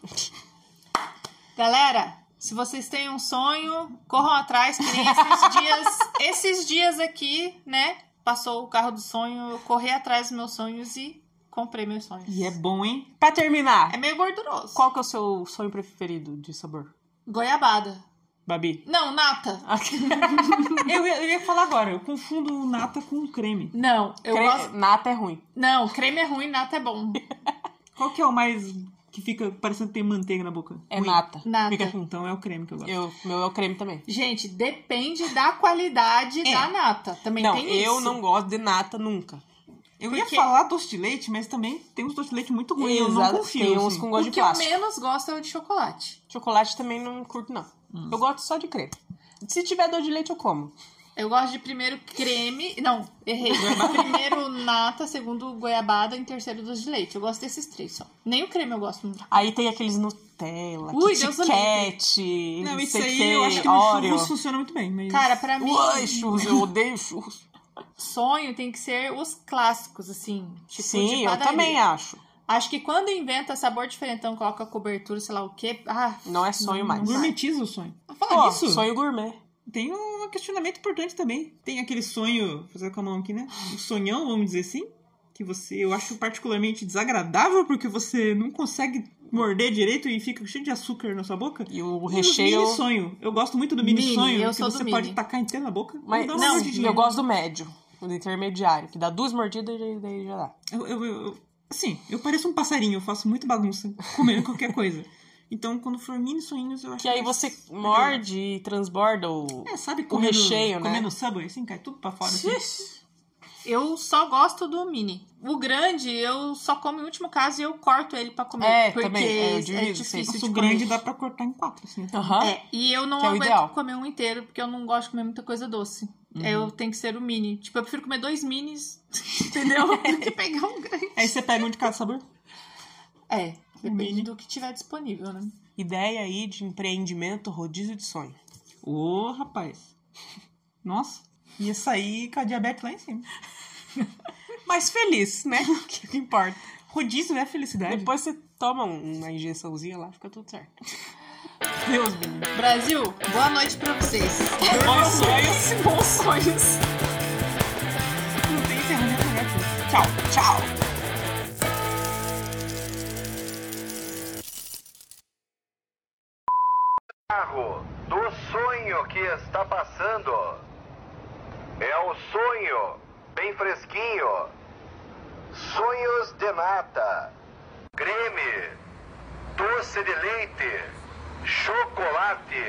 Galera, se vocês têm um sonho, corram atrás, que nem esses dias aqui, né? Passou o carro do sonho, eu corri atrás dos meus sonhos e comprei meus sonhos. E é bom, hein? Pra terminar, É meio gorduroso. qual que é o seu sonho preferido de sabor? Goiabada. Babi? Não, nata. Eu ia falar agora, eu confundo nata com creme. Não, eu gosto... Nata é ruim. Não, creme é ruim, nata é bom. Qual que é o mais que fica parecendo que tem manteiga na boca? É Ruim. nata. Nata. Fica... Então é o creme que eu gosto. Meu é o creme também. Gente, depende da qualidade da nata. Também Não, tem isso. eu não gosto de nata nunca. Eu Porque- ia falar doce de leite, mas também tem uns doce de leite muito ruins, eu não Exato, confio. tem uns assim. com O gosto de que eu plástico. menos gosto é o de chocolate. Chocolate também não curto, não. Eu gosto só de creme. Se tiver doce de leite, eu como. Eu gosto de primeiro creme... Não, errei. Primeiro nata, segundo goiabada, em terceiro doce de leite. Eu gosto desses três só. Nem o creme eu gosto muito. Aí tem aqueles Nutella, Ui, Kit Deus Kat, Não, isso sei aí que, eu acho que no Oreo. churros funciona muito bem. Mas... Cara, pra mim, Ui, churros, eu odeio churros. sonho tem que ser os clássicos, assim. Tipo de Sim, eu padaria. também acho. Acho que quando inventa sabor diferentão, coloca cobertura, sei lá o quê... Não é sonho mais. Gourmetiza o sonho. Fala Pô, disso. Sonho gourmet. Tem um questionamento importante também. Tem aquele sonho, vou fazer com a mão aqui, né? O sonhão, vamos dizer assim. que eu acho particularmente desagradável, porque você não consegue morder direito e fica cheio de açúcar na sua boca. E o recheio... mini sonho. Eu gosto muito do mini sonho, eu que sou você do pode mini. tacar inteiro na boca. Mas, Dá uma não, mordidinha. eu gosto do médio, do intermediário, que dá 2 mordidas e daí já dá. Assim, eu pareço um passarinho, eu faço muita bagunça comendo qualquer coisa. Então, quando for mini sonhos, eu acho Que aí você morde e transborda o sabe, o recheio, né? Comendo Subway, assim, cai tudo pra fora. Assim. Eu só gosto do mini. O grande, eu só como em último caso e eu corto ele pra comer. Porque também. Eu é divido, difícil Nossa, de o comer. grande dá pra cortar em 4, assim. Aham. E eu não Que é o aguento ideal. comer um inteiro, porque eu não gosto de comer muita coisa doce. Eu tenho que ser o mini. Tipo, eu prefiro comer 2 minis, entendeu? Do que pegar um grande. Aí você pega um de cada sabor. Depende mini. do que tiver disponível, né? Ideia aí de empreendimento rodízio de sonho. Ô, rapaz. Nossa, ia sair com a diabetes lá em cima. Mas feliz, né? Que importa. Rodízio é felicidade. Depois você toma uma injeçãozinha lá, fica tudo certo. Deus, menino. Brasil, boa noite pra vocês. Bons sonhos, bons sonhos. Não tem encerramento, né? Tchau, tchau. Carro do sonho que está passando. É o sonho, bem fresquinho. Sonhos de nata, creme, doce de leite, chocolate.